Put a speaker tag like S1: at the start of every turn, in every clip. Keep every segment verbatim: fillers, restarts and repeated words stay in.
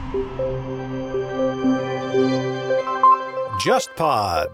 S1: JustPod。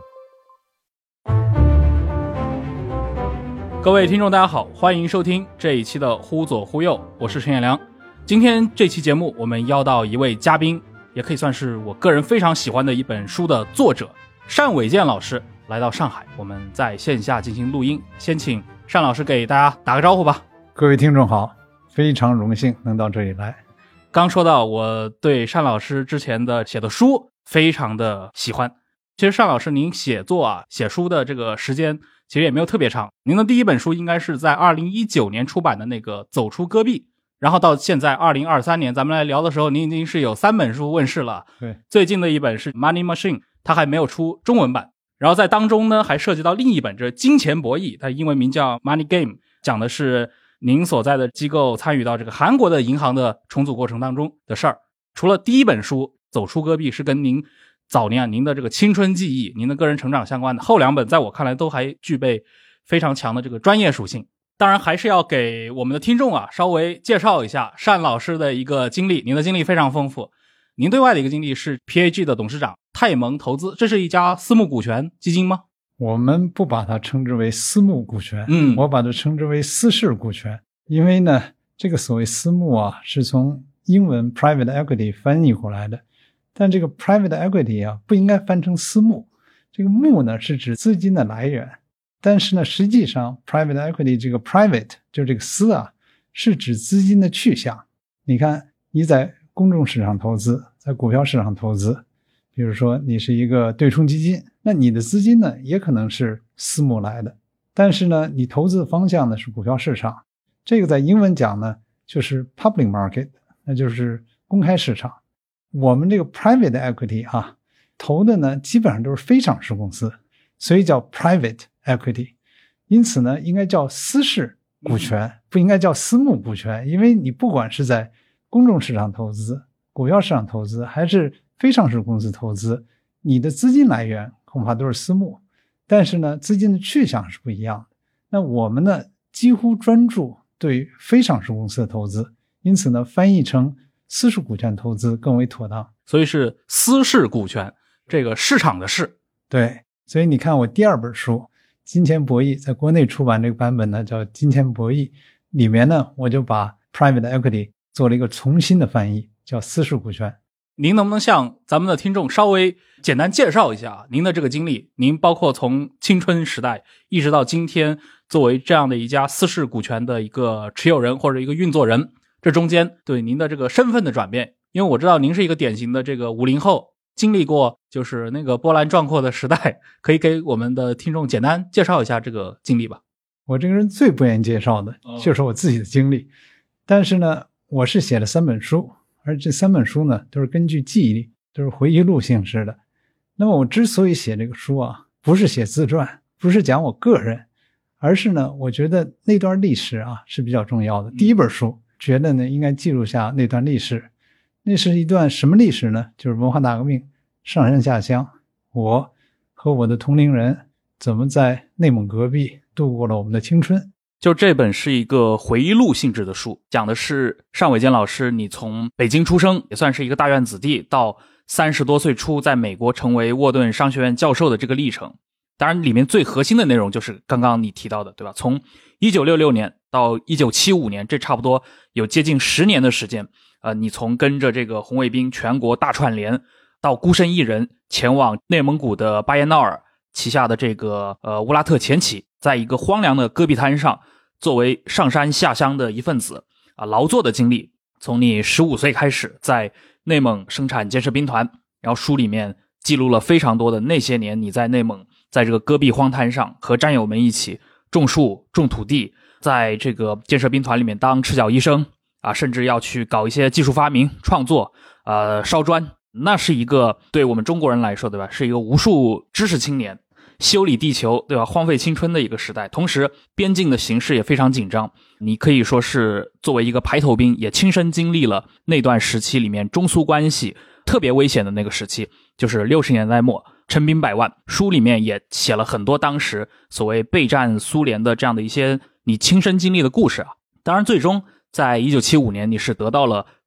S2: 各位听众大家好，欢迎收听这一期的忽左忽右，我是陈彦良。今天这期节目我们邀到一位嘉宾，也可以算是我个人非常喜欢的一本书的作者单伟健老师来到上海，我们在线下进行录音。先请单老师给大家打个招呼吧。
S3: 各位听众好，非常荣幸能到这里来。
S2: 刚说到我对单老师之前的写的书非常的喜欢。其实单老师您写作啊写书的这个时间其实也没有特别长，您的第一本书应该是在二零一九年出版的那个走出戈壁，然后到现在二零二三年咱们来聊的时候，您已经是有三本书问世了。
S3: 对，
S2: 最近的一本是 Money Machine， 它还没有出中文版，然后在当中呢还涉及到另一本，这金钱博弈，它英文名叫 Money Game， 讲的是您所在的机构参与到这个韩国的银行的重组过程当中的事儿。除了第一本书走出戈壁是跟您早年啊您的这个青春记忆，您的个人成长相关的，后两本在我看来都还具备非常强的这个专业属性。当然还是要给我们的听众啊稍微介绍一下单老师的一个经历。您的经历非常丰富，您对外的一个经历是 P A G 的董事长，泰蒙投资，这是一家私募股权基金吗？
S3: 我们不把它称之为私募股权，
S2: 嗯，
S3: 我把它称之为私式股权。因为呢这个所谓私募啊是从英文 private equity 翻译过来的，但这个 private equity 啊不应该翻成私募，这个募呢是指资金的来源，但是呢实际上 private equity 这个 private 就这个私啊是指资金的去向。你看你在公众市场投资，在股票市场投资，比如说你是一个对冲基金，那你的资金呢也可能是私募来的，但是呢你投资的方向呢是股票市场，这个在英文讲呢就是 public market， 那就是公开市场。我们这个 private equity 啊投的呢基本上都是非上市公司，所以叫 private equity， 因此呢应该叫私式股权，不应该叫私募股权。因为你不管是在公众市场投资、股票市场投资还是非上市公司投资，你的资金来源恐怕都是私募，但是呢资金的去向是不一样的。那我们呢几乎专注对非上市公司的投资，因此呢翻译成私式股权投资更为妥当。
S2: 所以是私式股权，这个市场的市。
S3: 对，所以你看我第二本书金钱博弈，在国内出版这个版本呢叫金钱博弈，里面呢我就把 private equity 做了一个重新的翻译，叫私式股权。
S2: 您能不能向咱们的听众稍微简单介绍一下您的这个经历？您包括从青春时代一直到今天，作为这样的一家私式股权的一个持有人或者一个运作人，这中间对您的这个身份的转变。因为我知道您是一个典型的这个五零后，经历过就是那个波澜壮阔的时代，可以给我们的听众简单介绍一下这个经历吧。
S3: 我这个人最不愿意介绍的就是我自己的经历，但是呢我是写了三本书，而这三本书呢都是根据记忆力，都是回忆录性质的。那么我之所以写这个书啊，不是写自传，不是讲我个人，而是呢我觉得那段历史啊是比较重要的。第一本书觉得呢应该记录下那段历史。那是一段什么历史呢？就是文化大革命，上山下乡，我和我的同龄人怎么在内蒙戈壁度过了我们的青春。
S2: 就这本是一个回忆录性质的书，讲的是单伟健老师你从北京出生，也算是一个大院子弟，到三十多岁初在美国成为沃顿商学院教授的这个历程。当然里面最核心的内容就是刚刚你提到的，对吧？从一九六六年到一九七五年，这差不多有接近十年的时间。呃，你从跟着这个红卫兵全国大串联，到孤身一人前往内蒙古的巴彦淖尔旗下的这个呃乌拉特前旗，在一个荒凉的戈壁滩上，作为上山下乡的一份子啊、呃，劳作的经历。从你十五岁开始在内蒙生产建设兵团，然后书里面记录了非常多的那些年你在内蒙，在这个戈壁荒滩上和战友们一起种树、种土地，在这个建设兵团里面当赤脚医生。啊，甚至要去搞一些技术发明创作，呃，烧砖，那是一个对我们中国人来说，对吧，是一个无数知识青年修理地球，对吧，荒废青春的一个时代。同时边境的形势也非常紧张，你可以说是作为一个排头兵，也亲身经历了那段时期里面中苏关系特别危险的那个时期，就是六十年代末，陈兵百万。书里面也写了很多当时所谓备战苏联的这样的一些你亲身经历的故事啊。当然最终在一九七五年你是得到了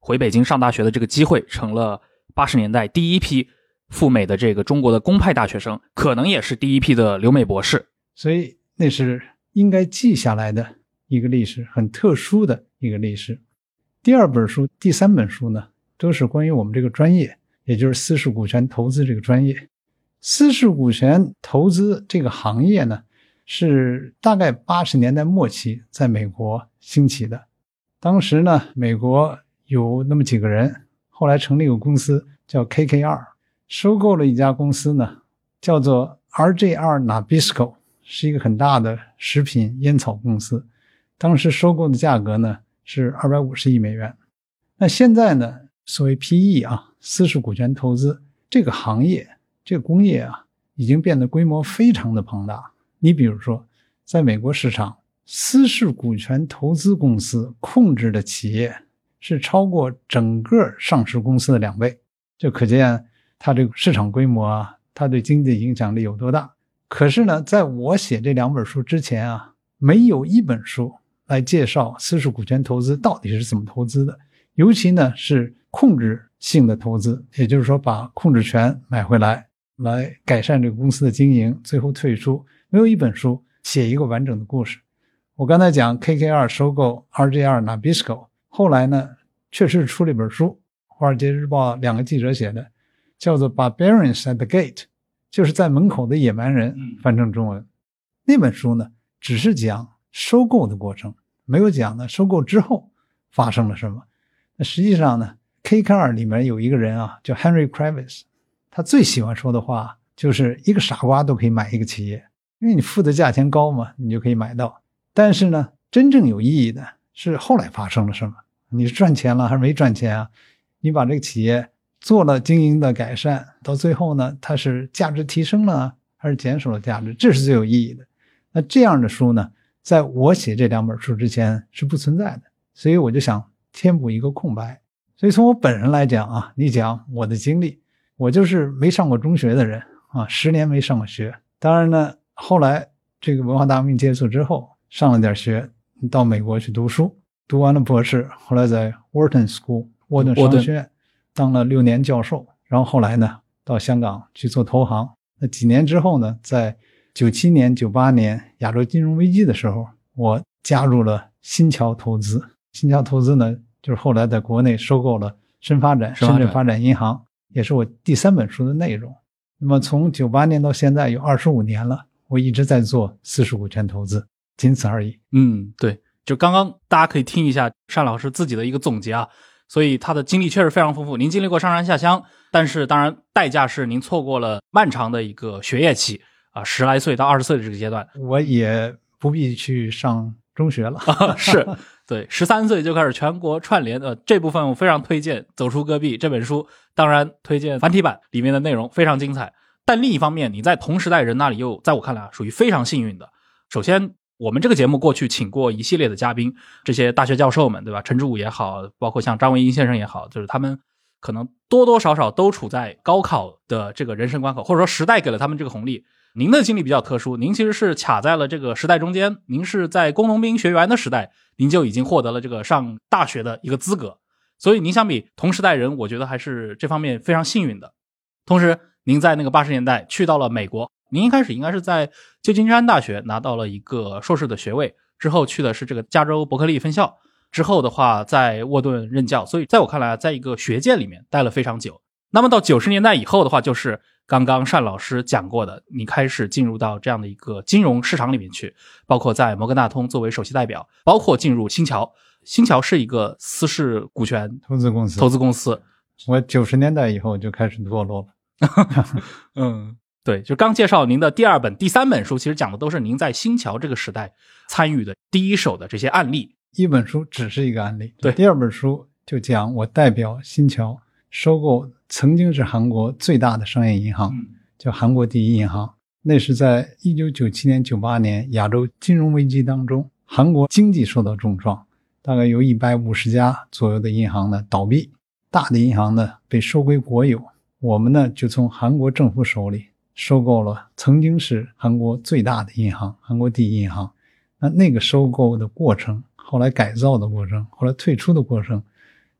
S2: 回北京上大学的这个机会，成了八十年代第一批赴美的这个中国的公派大学生，可能也是第一批的留美博士。
S3: 所以那是应该记下来的一个历史，很特殊的一个历史。第二本书、第三本书呢，都是关于我们这个专业，也就是私募股权投资这个专业。私募股权投资这个行业呢，是大概八十年代末期在美国兴起的。当时呢，美国有那么几个人，后来成立一个公司叫 K K R， 收购了一家公司呢，叫做 R J R Nabisco， 是一个很大的食品烟草公司。当时收购的价格呢是二百五十亿美元。那现在呢，所谓 P E 啊，私募股权投资这个行业，这个工业啊，已经变得规模非常的庞大。你比如说，在美国市场，私募股权投资公司控制的企业是超过整个上市公司的两倍，就可见它这个市场规模啊，它对经济的影响力有多大。可是呢，在我写这两本书之前啊，没有一本书来介绍私募股权投资到底是怎么投资的，尤其呢是控制性的投资，也就是说把控制权买回来，来改善这个公司的经营，最后退出。没有一本书写一个完整的故事。我刚才讲 K K R 收购 R J R Nabisco， 后来呢确实出了一本书，华尔街日报两个记者写的，叫做 Barbarians at the Gate， 就是在门口的野蛮人，翻成中文。那本书呢只是讲收购的过程，没有讲呢收购之后发生了什么。那实际上呢 K K R 里面有一个人啊，叫 Henry Kravis， 他最喜欢说的话就是一个傻瓜都可以买一个企业，因为你付的价钱高嘛，你就可以买到。但是呢，真正有意义的是后来发生了什么，你是赚钱了还是没赚钱啊？你把这个企业做了经营的改善，到最后呢，它是价值提升了还是减少了价值，这是最有意义的。那这样的书呢，在我写这两本书之前是不存在的，所以我就想填补一个空白。所以从我本人来讲啊，你讲我的经历，我就是没上过中学的人啊，十年没上过学。当然呢，后来这个文化大革命结束之后，上了点学，到美国去读书，读完了博士，后来在 Wharton School 沃顿商学院当了六年教授，然后后来呢到香港去做投行。那几年之后呢，在九七年九八年亚洲金融危机的时候，我加入了新桥投资。新桥投资呢，就是后来在国内收购了深发展深圳发展银行，也是我第三本书的内容。那么从九八年到现在有二十五年了，我一直在做私募股权投资，仅此而已。
S2: 嗯，对，就刚刚大家可以听一下单老师自己的一个总结啊，所以他的经历确实非常丰富。您经历过上山下乡，但是当然代价是您错过了漫长的一个学业期啊，十来岁到二十岁的这个阶段。
S3: 我也不必去上中学了，
S2: 是对，十三岁就开始全国串联的、呃、这部分我非常推荐《走出戈壁》这本书，当然推荐繁体版，里面的内容非常精彩。但另一方面，你在同时代人那里又在我看来啊，属于非常幸运的。首先，我们这个节目过去请过一系列的嘉宾，这些大学教授们，对吧？陈志武也好，包括像张维迎先生也好，就是他们可能多多少少都处在高考的这个人生关口，或者说时代给了他们这个红利。您的经历比较特殊，您其实是卡在了这个时代中间，您是在工农兵学员的时代，您就已经获得了这个上大学的一个资格，所以您相比同时代人，我觉得还是这方面非常幸运的。同时，您在那个八十年代去到了美国，您一开始应该是在旧金山大学拿到了一个硕士的学位，之后去的是这个加州伯克利分校，之后的话在沃顿任教，所以在我看来，在一个学界里面待了非常久。那么到九十年代以后的话，就是刚刚单老师讲过的，你开始进入到这样的一个金融市场里面去，包括在摩根大通作为首席代表，包括进入新桥。新桥是一个私募股权
S3: 投资公司，
S2: 投资公司。
S3: 我九十年代以后就开始堕落了。
S2: 嗯，对，就刚介绍您的第二本、第三本书，其实讲的都是您在新桥这个时代参与的第一手的这些案例。
S3: 一本书只是一个案例，
S2: 对，
S3: 第二本书就讲我代表新桥收购曾经是韩国最大的商业银行，
S2: 嗯、
S3: 叫韩国第一银行。那是在一九九七年、九八年亚洲金融危机当中，韩国经济受到重创，大概有一百五十家左右的银行呢倒闭，大的银行呢被收归国有。我们呢就从韩国政府手里收购了曾经是韩国最大的银行，韩国第一银行。那那个收购的过程，后来改造的过程，后来退出的过程，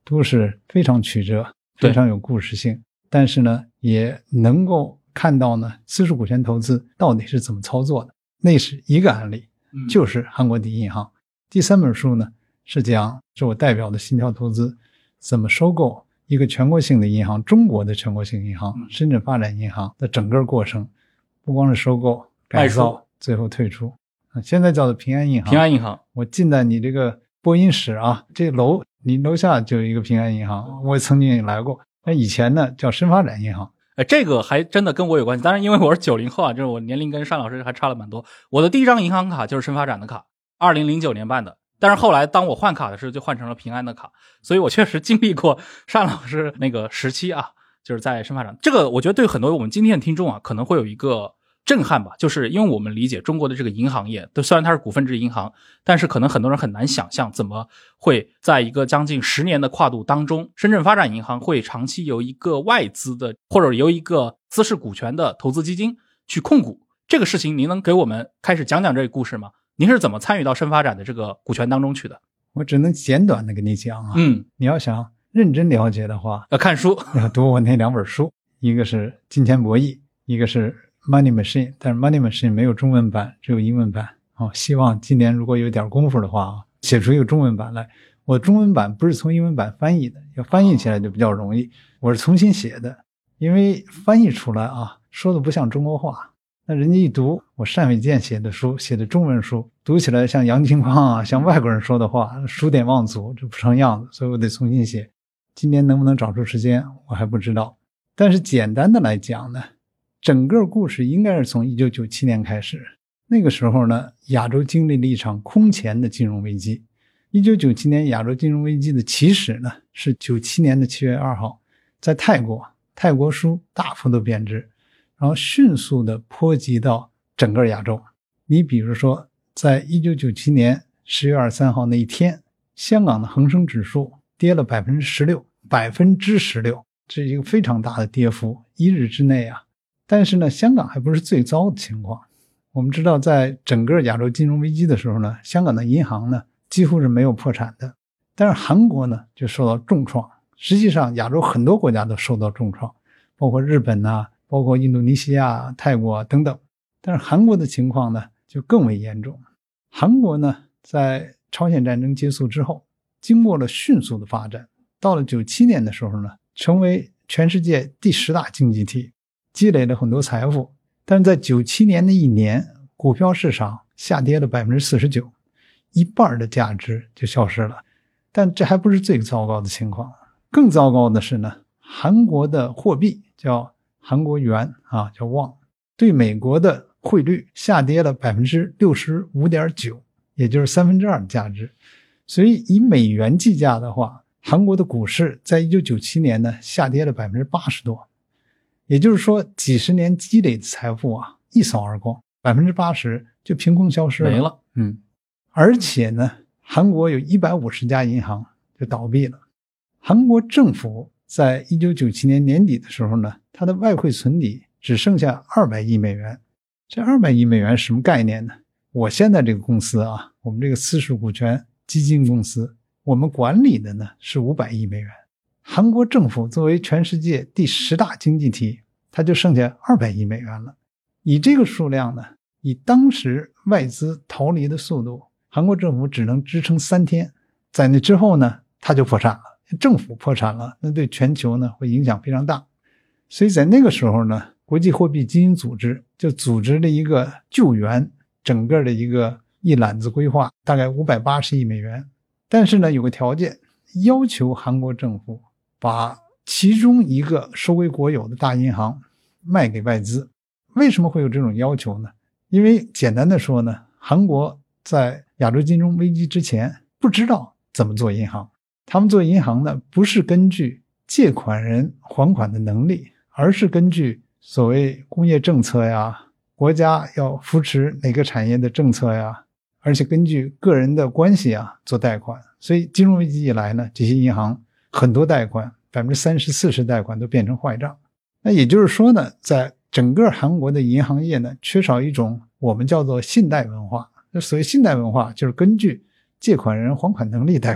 S3: 都是非常曲折，非常有故事性，但是呢也能够看到呢私塾股权投资到底是怎么操作的。那是一个案例，就是韩国第一银行。第三本书呢是讲是我代表的信条投资怎么收购一个全国性的银行，中国的全国性银行深圳发展银行的整个过程，不光是收购改造最后退出。现在叫做平安银行。
S2: 平安银行，
S3: 我进到你这个播音室啊，这楼你楼下就有一个平安银行，我曾经也来过。那以前呢叫深发展银行。
S2: 呃，这个还真的跟我有关系。当然，因为我是九零后啊，就是我年龄跟单老师还差了蛮多。我的第一张银行卡就是深发展的卡，二零零九年办的。但是后来当我换卡的时候，就换成了平安的卡。所以我确实经历过单老师那个时期啊，就是在深发展。这个我觉得对很多我们今天的听众啊，可能会有一个震撼吧，就是因为我们理解中国的这个银行业，虽然它是股份制银行，但是可能很多人很难想象怎么会在一个将近十年的跨度当中，深圳发展银行会长期由一个外资的或者由一个私式股权的投资基金去控股。这个事情您能给我们开始讲讲这个故事吗？您是怎么参与到深发展的这个股权当中去的？
S3: 我只能简短的跟你讲啊，
S2: 嗯，
S3: 你要想认真了解的话，
S2: 要看书，
S3: 要读我那两本书，一个是《金钱博弈》，一个是Money Machine， 但是 Money Machine 没有中文版，只有英文版。哦，希望今年如果有点功夫的话啊，写出一个中文版来。我中文版不是从英文版翻译的，要翻译起来就比较容易。我是重新写的，因为翻译出来啊，说的不像中国话。那人家一读我单伟健写的书，写的中文书，读起来像杨清匡啊，像外国人说的话，数典忘祖，这不成样子，所以我得重新写。今年能不能找出时间，我还不知道。但是简单的来讲呢，整个故事应该是从一九九七年开始。那个时候呢，亚洲经历了一场空前的金融危机。一九九七年亚洲金融危机的起始呢，是九七年的七月二号，在泰国，泰国铢大幅度贬值，然后迅速的波及到整个亚洲。你比如说，在一九九七年十月二十三号那一天，香港的恒生指数跌了 百分之十六， 百分之十六， 这是一个非常大的跌幅，一日之内啊。但是呢，香港还不是最糟的情况。我们知道在整个亚洲金融危机的时候呢，香港的银行呢几乎是没有破产的，但是韩国呢就受到重创。实际上亚洲很多国家都受到重创，包括日本啊，包括印度尼西亚、泰国、啊、等等。但是韩国的情况呢就更为严重。韩国呢在朝鲜战争结束之后，经过了迅速的发展，到了九七年的时候呢，成为全世界第十大经济体，积累了很多财富。但是在九七年的一年，股票市场下跌了 百分之四十九， 一半的价值就消失了。但这还不是最糟糕的情况，更糟糕的是呢，韩国的货币叫韩国元啊，叫 won， 对美国的汇率下跌了 百分之六十五点九， 也就是三分之二的价值。所以以美元计价的话，韩国的股市在一九九七年呢下跌了 百分之八十多。也就是说几十年积累的财富啊一扫而光， 百分之八十 就凭空消失了，
S2: 没了。
S3: 嗯，而且呢，韩国有一百五十家银行就倒闭了。韩国政府在一九九七年年底的时候呢，它的外汇存底只剩下二百亿美元。这二百亿美元什么概念呢？我现在这个公司啊，我们这个私塾股权基金公司，我们管理的呢是五百亿美元。韩国政府作为全世界第十大经济体，它就剩下二百亿美元了。以这个数量呢，以当时外资逃离的速度，韩国政府只能支撑三天，在那之后呢，它就破产了。政府破产了，那对全球呢会影响非常大。所以在那个时候呢，国际货币基金组织就组织了一个救援整个的一个一揽子规划，大概五百八十亿美元。但是呢，有个条件，要求韩国政府把其中一个收归国有的大银行卖给外资。为什么会有这种要求呢？因为简单的说呢，韩国在亚洲金融危机之前不知道怎么做银行。他们做银行呢，不是根据借款人还款的能力，而是根据所谓工业政策呀，国家要扶持哪个产业的政策呀，而且根据个人的关系啊做贷款。所以金融危机以来呢，这些银行很多贷款 百分之三十、四十 贷款都变成坏账。那也就是说呢，在整个韩国的银行业呢，缺少一种我们叫做信贷文化。所谓信贷文化，就是根据借款人还款能力贷款，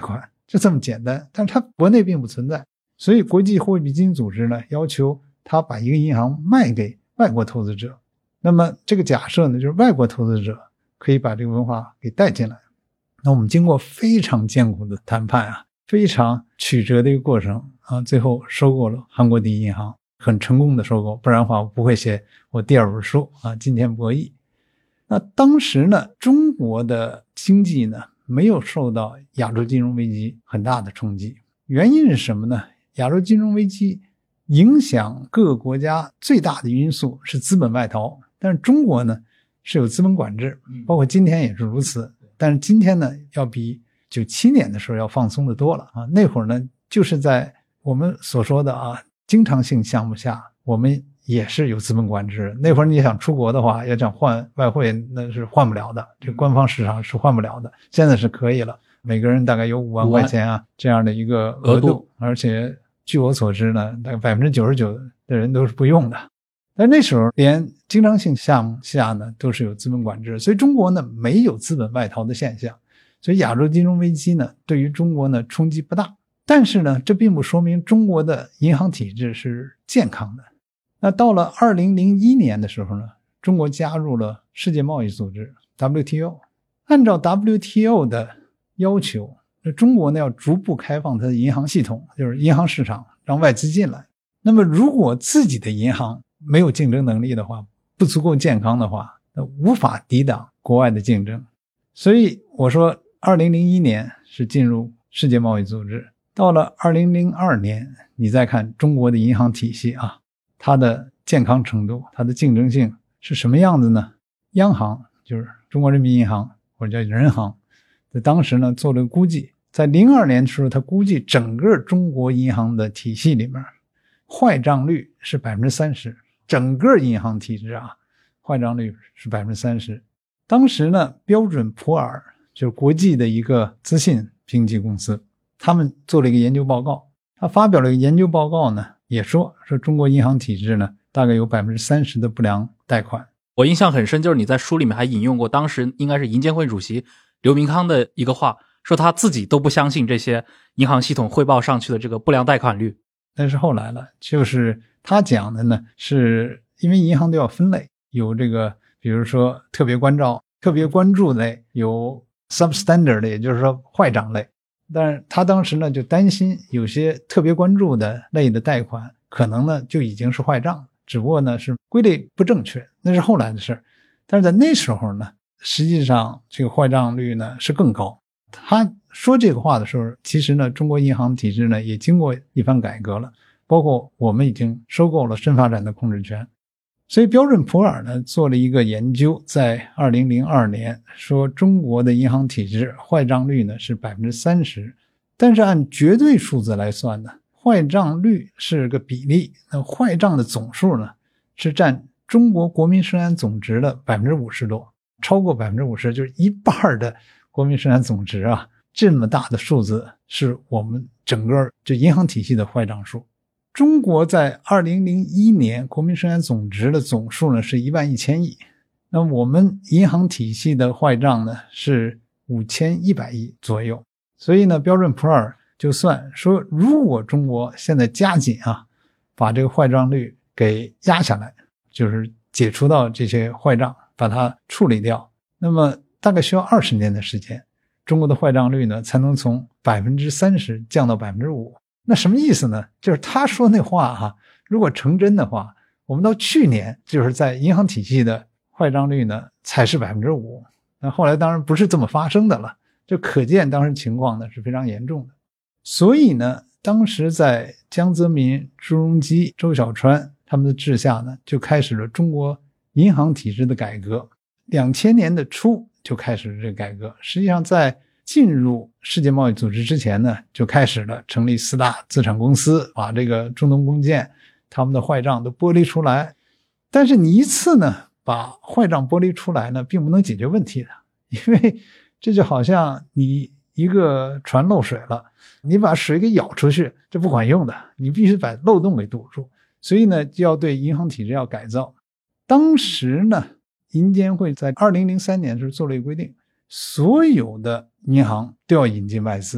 S3: 就这么简单。但是它国内并不存在，所以国际货币基金组织呢要求他把一个银行卖给外国投资者。那么这个假设呢，就是外国投资者可以把这个文化给带进来。那我们经过非常艰苦的谈判啊，非常曲折的一个过程啊，最后收购了韩国第一银行，很成功的收购，不然的话我不会写我第二本书啊，今天博弈。那当时呢，中国的经济呢没有受到亚洲金融危机很大的冲击，原因是什么呢？亚洲金融危机影响各个国家最大的因素是资本外逃，但是中国呢是有资本管制，包括今天也是如此。但是今天呢，要比九七年的时候要放松的多了啊。那会儿呢，就是在我们所说的啊经常性项目下，我们也是有资本管制。那会儿你想出国的话，要想换外汇，那是换不了的，这官方市场是换不了的。现在是可以了，每个人大概有五万块钱啊这样的一个额度，而且据我所知呢，大概 百分之九十九 的人都是不用的。但那时候连经常性项目下呢都是有资本管制，所以中国呢没有资本外逃的现象，所以亚洲金融危机呢对于中国呢冲击不大。但是呢，这并不说明中国的银行体制是健康的。那到了二零零一年的时候呢，中国加入了世界贸易组织 W T O。 按照 W T O 的要求，中国呢要逐步开放它的银行系统，就是银行市场，让外资进来。那么如果自己的银行没有竞争能力的话，不足够健康的话，那无法抵挡国外的竞争。所以我说二零零一年是进入世界贸易组织，到了二零零二年你再看中国的银行体系啊，它的健康程度，它的竞争性是什么样子呢？央行就是中国人民银行或者叫人行，在当时呢做了个估计，在零二年的时候，他估计整个中国银行的体系里面坏账率是 百分之三十， 整个银行体制啊，坏账率是 百分之三十。 当时呢标准普尔就是国际的一个资信评级公司，他们做了一个研究报告，他发表了一个研究报告呢，也说说中国银行体制呢大概有 百分之三十 的不良贷款。
S2: 我印象很深，就是你在书里面还引用过当时应该是银监会主席刘明康的一个话，说他自己都不相信这些银行系统汇报上去的这个不良贷款率。
S3: 但是后来了，就是他讲的呢，是因为银行都要分类，有这个比如说特别关照、特别关注类，有 substandard 类，也就是说坏账类。但是他当时呢就担心有些特别关注的类的贷款可能呢就已经是坏账，只不过呢是归类不正确，那是后来的事。但是在那时候呢，实际上这个坏账率呢是更高。他说这个话的时候，其实呢中国银行体制呢也经过一番改革了，包括我们已经收购了深发展的控制权。所以标准普尔呢做了一个研究，在二零零二年说中国的银行体制坏账率呢是 百分之三十， 但是按绝对数字来算呢，坏账率是个比例，那坏账的总数呢是占中国国民生产总值的 百分之五十 多，超过 百分之五十， 就是一半的国民生产总值啊，这么大的数字是我们整个就银行体系的坏账数。中国在二零零一年国民生产总值的总数呢是一万一千亿，那我们银行体系的坏账呢是五千一百亿左右。所以呢标准普尔就算说，如果中国现在加紧啊，把这个坏账率给压下来，就是解除到这些坏账，把它处理掉，那么大概需要二十年的时间，中国的坏账率呢才能从 百分之三十 降到 百分之五。那什么意思呢？就是他说那话哈、啊，如果成真的话，我们到去年就是在银行体系的坏账率呢才是 百分之五。 那后来当然不是这么发生的了，就可见当时情况呢是非常严重的。所以呢当时在江泽民、朱镕基、周小川他们的治下呢，就开始了中国银行体制的改革。两千年的初就开始了这个改革，实际上在进入世界贸易组织之前呢，就开始了成立四大资产公司，把这个中东工建他们的坏账都剥离出来。但是你一次呢把坏账剥离出来呢，并不能解决问题的，因为这就好像你一个船漏水了，你把水给舀出去，这不管用的，你必须把漏洞给堵住。所以呢就要对银行体制要改造。当时呢银监会在二零零三年的时候做了一个规定，所有的银行都要引进外资。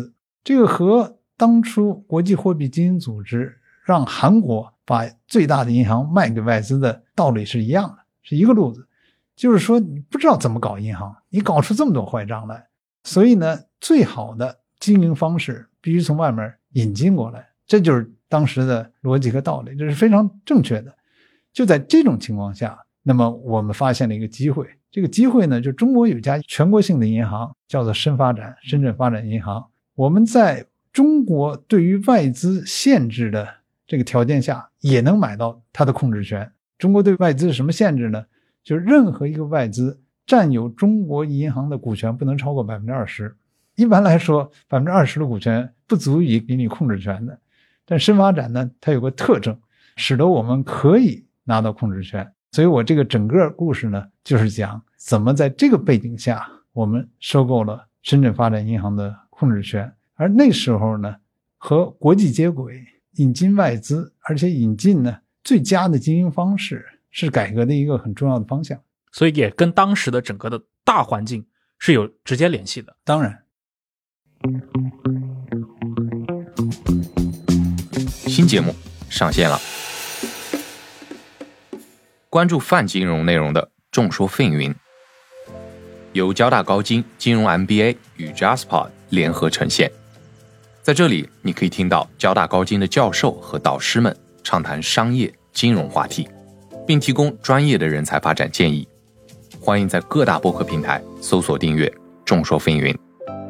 S3: 这个和当初国际货币基金组织让韩国把最大的银行卖给外资的道理是一样的，是一个路子。就是说你不知道怎么搞银行，你搞出这么多坏账来，所以呢，最好的经营方式必须从外面引进过来，这就是当时的逻辑和道理，这是非常正确的。就在这种情况下，那么我们发现了一个机会，这个机会呢，就中国有一家全国性的银行叫做深发展，深圳发展银行。我们在中国对于外资限制的这个条件下，也能买到它的控制权。中国对外资是什么限制呢？就是任何一个外资占有中国银行的股权不能超过 百分之二十。 一般来说 百分之二十 的股权不足以给你控制权的，但深发展呢，它有个特征，使得我们可以拿到控制权。所以我这个整个故事呢，就是讲怎么在这个背景下我们收购了深圳发展银行的控制权。而那时候呢，和国际接轨，引进外资，而且引进呢最佳的经营方式，是改革的一个很重要的方向。
S2: 所以也跟当时的整个的大环境是有直接联系的。
S3: 当然，
S4: 新节目上线了，关注泛金融内容的众说纷纭，由交大高金金融 M B A 与 JustPod 联合呈现。在这里，你可以听到交大高金的教授和导师们畅谈商业金融话题，并提供专业的人才发展建议。欢迎在各大播客平台搜索订阅众说纷纭。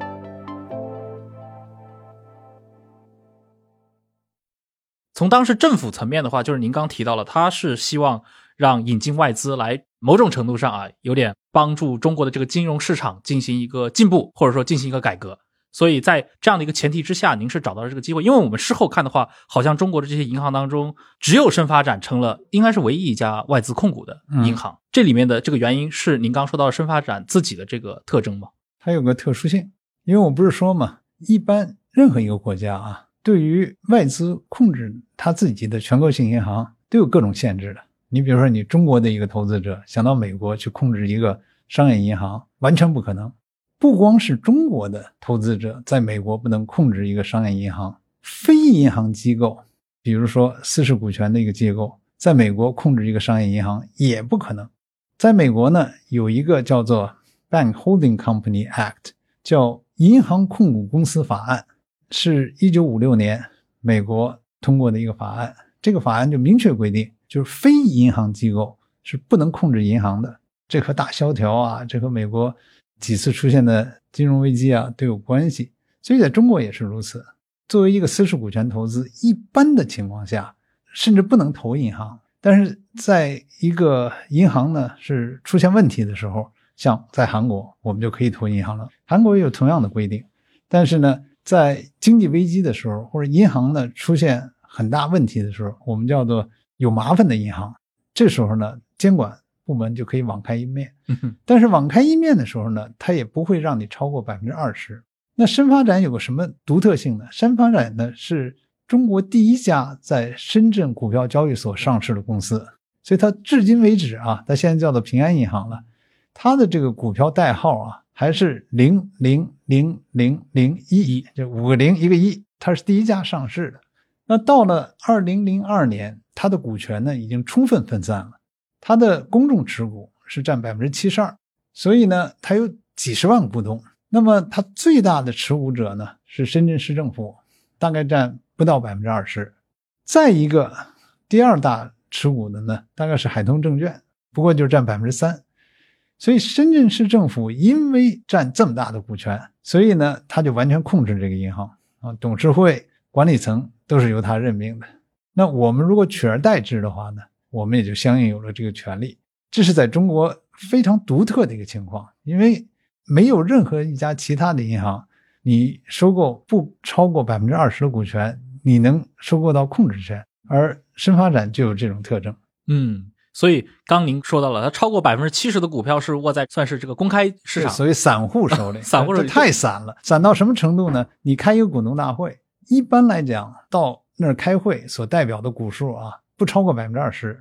S2: 从当时政府层面的话，就是您刚提到了，他是希望让引进外资来某种程度上啊，有点帮助中国的这个金融市场进行一个进步，或者说进行一个改革。所以在这样的一个前提之下，您是找到了这个机会。因为我们事后看的话，好像中国的这些银行当中，只有深发展成了应该是唯一一家外资控股的银行。嗯、这里面的这个原因是您刚说到的深发展自己的这个特征吗？
S3: 它有个特殊性，因为我不是说嘛，一般任何一个国家啊，对于外资控制它自己的全国性银行都有各种限制的。你比如说，你中国的一个投资者想到美国去控制一个商业银行，完全不可能。不光是中国的投资者在美国不能控制一个商业银行，非银行机构，比如说私有股权的一个机构，在美国控制一个商业银行也不可能。在美国呢，有一个叫做 Bank Holding Company Act， 叫银行控股公司法案，是一九五六年美国通过的一个法案。这个法案就明确规定，就是非银行机构是不能控制银行的。这和大萧条啊，这和美国几次出现的金融危机啊都有关系，所以在中国也是如此。作为一个私有股权投资，一般的情况下甚至不能投银行，但是在一个银行呢是出现问题的时候，像在韩国我们就可以投银行了。韩国也有同样的规定，但是呢在经济危机的时候，或者银行呢出现很大问题的时候，我们叫做有麻烦的银行，这时候呢监管部门就可以网开一面。但是网开一面的时候呢，它也不会让你超过 百分之二十。 那深发展有个什么独特性呢？深发展呢是中国第一家在深圳股票交易所上市的公司，所以它至今为止啊，它现在叫做平安银行了，它的这个股票代号啊还是零零零零零一，就五个零一个一，它是第一家上市的。那到了二零零二年，它的股权呢已经充分分散了，它的公众持股是占 百分之七十二， 所以呢它有几十万股东。那么它最大的持股者呢是深圳市政府，大概占不到 百分之二十。 再一个第二大持股的呢大概是海通证券，不过就占 百分之三。 所以深圳市政府因为占这么大的股权，所以呢他就完全控制这个银行啊，董事会管理层都是由他任命的。那我们如果取而代之的话呢，我们也就相应有了这个权利。这是在中国非常独特的一个情况，因为没有任何一家其他的银行，你收购不超过 百分之二十 的股权，你能收购到控制权，而深发展就有这种特征。
S2: 嗯，所以刚您说到了，它超过 百分之七十 的股票是握在算是这个公开市场，
S3: 所以散户手里。
S2: 散户手里
S3: 太散了，散到什么程度呢？你开一个股东大会，一般来讲到那儿开会所代表的股数啊，不超过 百分之二十。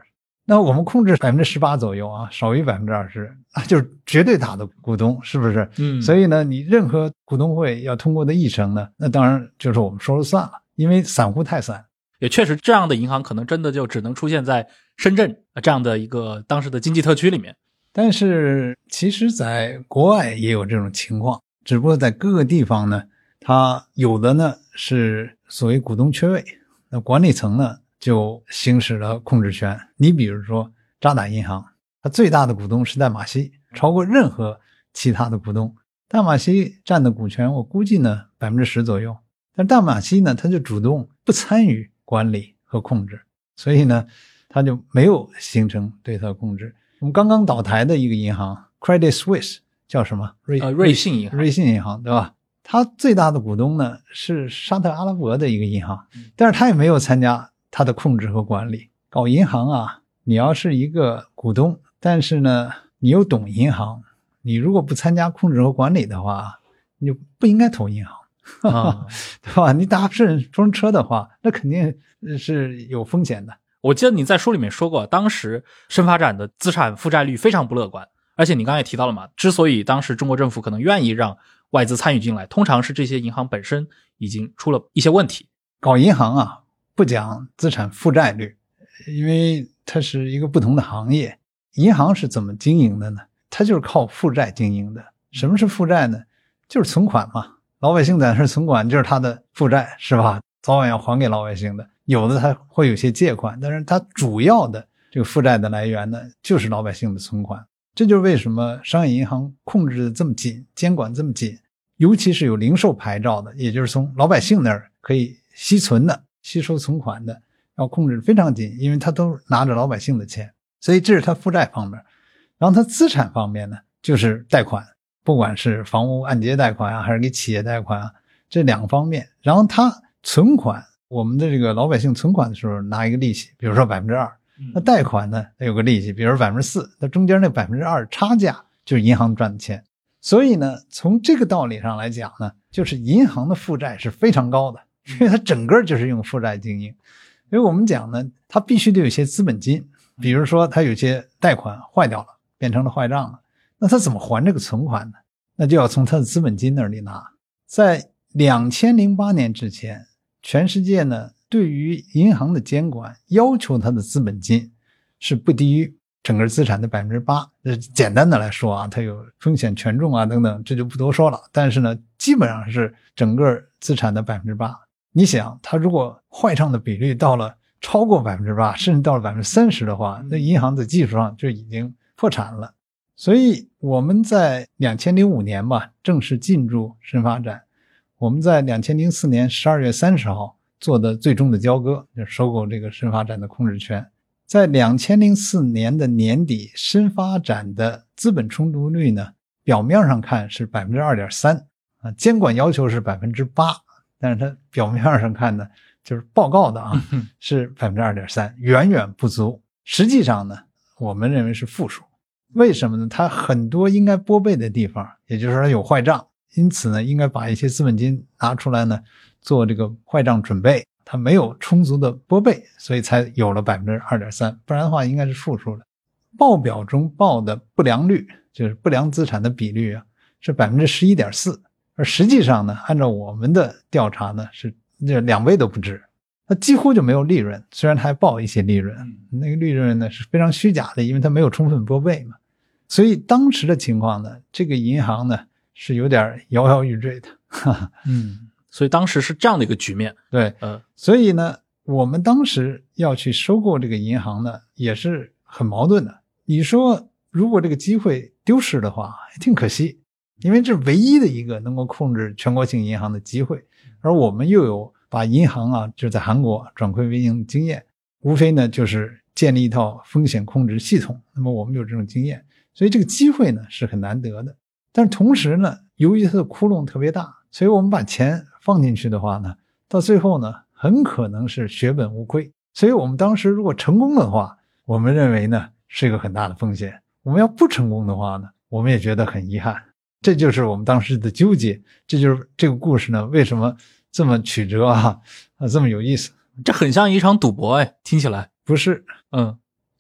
S3: 那我们控制百分之十八左右啊，少于百分之二十啊，就是绝对大的股东，是不是？
S2: 嗯，
S3: 所以呢，你任何股东会要通过的议程呢，那当然就是我们说了算了，因为散户太散。
S2: 也确实，这样的银行可能真的就只能出现在深圳这样的一个当时的经济特区里面。
S3: 但是其实在国外也有这种情况，只不过在各个地方呢，它有的呢是所谓股东缺位，那管理层呢就行使了控制权。你比如说渣打银行，它最大的股东是淡马锡，超过任何其他的股东。淡马锡占的股权我估计呢 百分之十 左右，但淡马锡呢它就主动不参与管理和控制，所以呢它就没有形成对它的控制。我们刚刚倒台的一个银行 Credit Suisse 叫什么？瑞
S2: 呃，瑞信银行，
S3: 瑞信银行，对吧？它最大的股东呢是沙特阿拉伯的一个银行，但是它也没有参加它的控制和管理。搞银行啊，你要是一个股东，但是呢你又懂银行，你如果不参加控制和管理的话，你就不应该投银行，啊、对吧？你搭顺风车的话，那肯定是有风险的。
S2: 我记得你在书里面说过，当时深发展的资产负债率非常不乐观，而且你刚才也提到了嘛，之所以当时中国政府可能愿意让外资参与进来，通常是这些银行本身已经出了一些问题。
S3: 搞银行啊，不讲资产负债率，因为它是一个不同的行业。银行是怎么经营的呢？它就是靠负债经营的。什么是负债呢？就是存款嘛，老百姓在那存款就是他的负债，是吧？早晚要还给老百姓的。有的它会有些借款，但是它主要的这个负债的来源呢，就是老百姓的存款。这就是为什么商业银行控制的这么紧，监管这么紧，尤其是有零售牌照的，也就是从老百姓那儿可以吸存的、吸收存款的，要控制非常紧，因为它都拿着老百姓的钱。所以这是它负债方面。然后它资产方面呢，就是贷款，不管是房屋按揭贷款啊，还是给企业贷款啊，这两方面。然后它存款，我们的这个老百姓存款的时候拿一个利息，比如说 百分之二， 那贷款呢有个利息，比如说 百分之四， 那中间那 百分之二 差价就是银行赚的钱。所以呢从这个道理上来讲呢，就是银行的负债是非常高的，因为它整个就是用负债经营。所以我们讲呢，它必须得有一些资本金，比如说它有些贷款坏掉了，变成了坏账了，那它怎么还这个存款呢？那就要从它的资本金那里拿。在二零零八年之前，全世界呢对于银行的监管要求它的资本金是不低于整个资产的 百分之八。 简单的来说啊，它有风险权重啊等等，这就不多说了，但是呢基本上是整个资产的 百分之八。 你想它如果坏账的比率到了超过 百分之八， 甚至到了 百分之三十 的话，那银行在技术上就已经破产了。所以我们在二零零五年吧正式进驻深发展，我们在二零零四年十二月三十号做的最终的交割，就收购这个深发展的控制权。在二零零四年的年底，深发展的资本充足率呢，表面上看是 百分之二点三 啊，监管要求是 百分之八， 但是它表面上看呢，就是报告的啊是 百分之二点三， 远远不足。实际上呢，我们认为是负数。为什么呢？它很多应该拨备的地方，也就是说有坏账，因此呢应该把一些资本金拿出来呢做这个坏账准备，它没有充足的拨备，所以才有了 百分之二点三， 不然的话应该是负数的。报表中报的不良率，就是不良资产的比率啊，是 百分之十一点四， 而实际上呢按照我们的调查呢是这两倍都不止，它几乎就没有利润，虽然它还报一些利润，那个利润呢是非常虚假的，因为它没有充分拨备嘛。所以当时的情况呢，这个银行呢是有点摇摇欲坠的。
S2: 嗯，所以当时是这样的一个局面。
S3: 对，
S2: 呃，
S3: 所以呢，我们当时要去收购这个银行呢，也是很矛盾的。你说如果这个机会丢失的话，还挺可惜，因为这是唯一的一个能够控制全国性银行的机会，而我们又有把银行啊，就是在韩国转亏为盈的经验，无非呢就是建立一套风险控制系统，那么我们有这种经验，所以这个机会呢是很难得的。但是同时呢，由于它的窟窿特别大，所以我们把钱放进去的话呢，到最后呢很可能是血本无亏。所以我们当时如果成功的话，我们认为呢是一个很大的风险，我们要不成功的话呢，我们也觉得很遗憾。这就是我们当时的纠结，这就是这个故事呢为什么这么曲折啊，啊这么有意思。
S2: 这很像一场赌博哎，听起来。
S3: 不是，
S2: 嗯，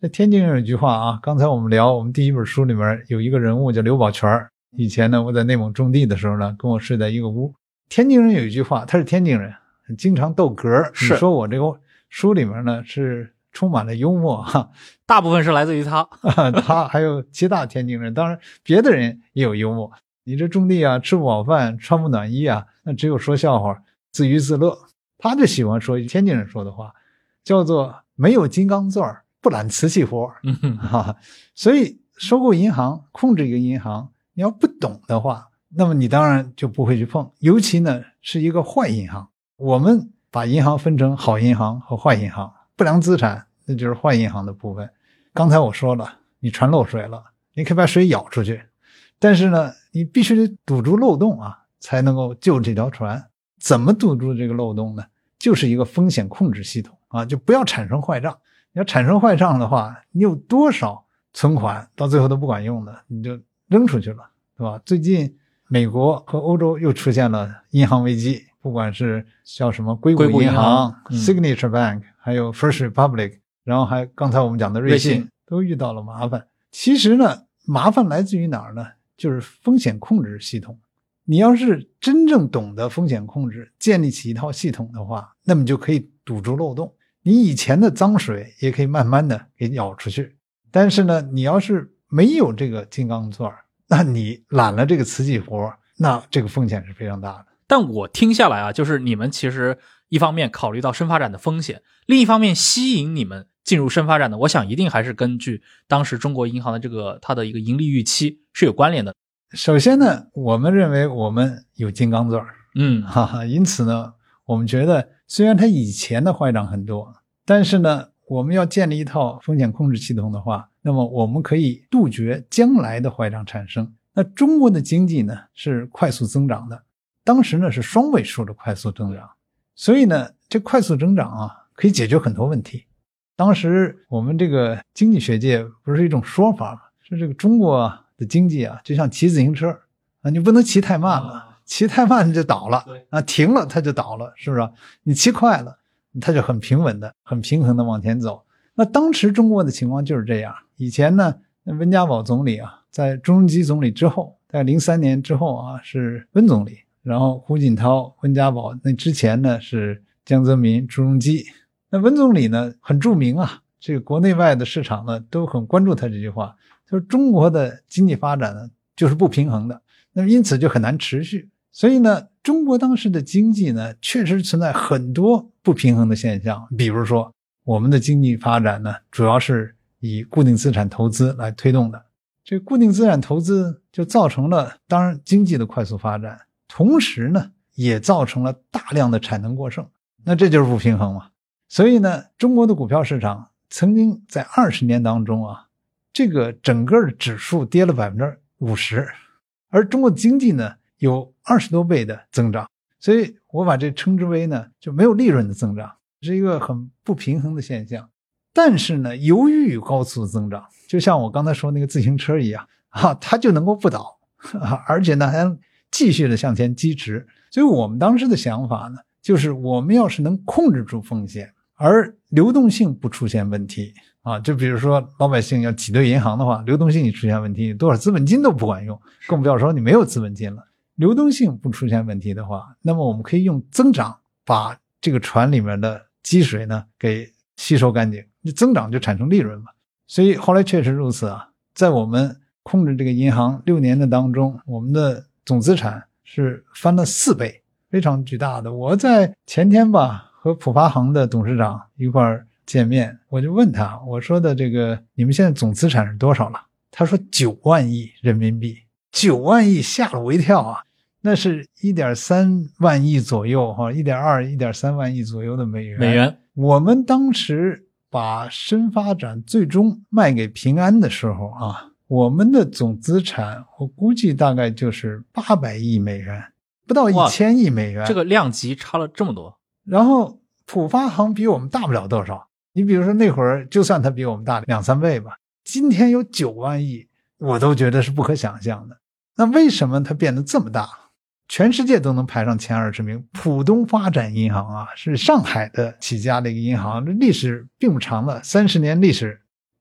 S3: 在天津有一句话啊，刚才我们聊我们第一本书里面有一个人物叫刘宝全，以前呢我在内蒙种地的时候呢，跟我睡在一个屋。天津人有一句话，他是天津人，经常逗哏，你说我这个书里面呢是充满了幽默哈，
S2: 大部分是来自于他
S3: 他还有其他天津人，当然别的人也有幽默。你这种地啊，吃不饱饭，穿不暖衣啊，那只有说笑话，自娱自乐。他就喜欢说天津人说的话，叫做没有金刚钻不揽瓷器活。
S2: 嗯
S3: 哈，所以收购银行，控制一个银行，你要不懂的话，那么你当然就不会去碰，尤其呢是一个坏银行。我们把银行分成好银行和坏银行，不良资产那就是坏银行的部分。刚才我说了，你船漏水了，你可以把水舀出去，但是呢你必须得堵住漏洞啊，才能够救这条船。怎么堵住这个漏洞呢？就是一个风险控制系统啊，就不要产生坏账。你要产生坏账的话，你有多少存款到最后都不管用的，你就扔出去了，对吧？最近美国和欧洲又出现了银行危机，不管是叫什么硅谷银行、
S2: 嗯、
S3: Signature Bank， 还有 First Republic， 然后还刚才我们讲的瑞信，
S2: 瑞信
S3: 都遇到了麻烦。其实呢，麻烦来自于哪儿呢？就是风险控制系统。你要是真正懂得风险控制，建立起一套系统的话，那么就可以堵住漏洞。你以前的脏水也可以慢慢的给舀出去。但是呢，你要是没有这个金刚钻，那你揽了这个瓷器活，那这个风险是非常大的。
S2: 但我听下来啊，就是你们其实一方面考虑到深发展的风险，另一方面吸引你们进入深发展的，我想一定还是根据当时中国银行的这个它的一个盈利预期是有关联的。
S3: 首先呢，我们认为我们有金刚钻，
S2: 嗯，
S3: 哈哈，因此呢，我们觉得虽然它以前的坏账很多，但是呢，我们要建立一套风险控制系统的话，那么我们可以杜绝将来的坏账产生。那中国的经济呢是快速增长的，当时呢是双位数的快速增长，所以呢这快速增长啊可以解决很多问题。当时我们这个经济学界不是一种说法吗？说这个中国啊的经济啊就像骑自行车啊，你不能骑太慢了，骑太慢就倒了啊，停了它就倒了，是不是？你骑快了它就很平稳的很平衡的往前走。那当时中国的情况就是这样。以前呢温家宝总理啊，在朱镕基总理之后，在零三年之后啊是温总理，然后胡锦涛、温家宝，那之前呢是江泽民、朱镕基。那温总理呢很著名啊，这个国内外的市场呢都很关注他这句话，就是中国的经济发展呢就是不平衡的，那么因此就很难持续。所以呢中国当时的经济呢确实存在很多不平衡的现象，比如说我们的经济发展呢主要是以固定资产投资来推动的，这个固定资产投资就造成了当然经济的快速发展，同时呢也造成了大量的产能过剩，那这就是不平衡嘛。所以呢中国的股票市场曾经在二十年当中啊，这个整个的指数跌了 百分之五十， 而中国的经济呢有二十多倍的增长，所以我把这称之为呢就没有利润的增长，是一个很不平衡的现象。但是呢由于高速增长，就像我刚才说那个自行车一样啊，它就能够不倒啊，而且呢还能继续的向前疾驰。所以我们当时的想法呢就是我们要是能控制住风险，而流动性不出现问题啊，就比如说老百姓要挤兑银行的话，流动性一出现问题，多少资本金都不管用，更不要说你没有资本金了。流动性不出现问题的话，那么我们可以用增长把这个船里面的积水呢给吸收干净，增长就产生利润嘛。所以后来确实如此啊，在我们控制这个银行六年的当中，我们的总资产是翻了四倍，非常巨大的。我在前天吧和浦发行的董事长一块儿见面，我就问他，我说的这个你们现在总资产是多少了？他说九万亿人民币。九万亿吓了我一跳啊，那是 一点三万亿左右哈 一点二 一点三万亿左右的美元。
S2: 美元。
S3: 我们当时把深发展最终卖给平安的时候啊，我们的总资产我估计大概就是八百亿美元，不到一千亿美元。
S2: 这个量级差了这么多。
S3: 然后浦发行比我们大不了多少，你比如说那会儿就算它比我们大两三倍吧，今天有九万亿我都觉得是不可想象的。那为什么它变得这么大？全世界都能排上前二十名。浦东发展银行啊，是上海的起家的一个银行，这历史并不长了，三十年历史。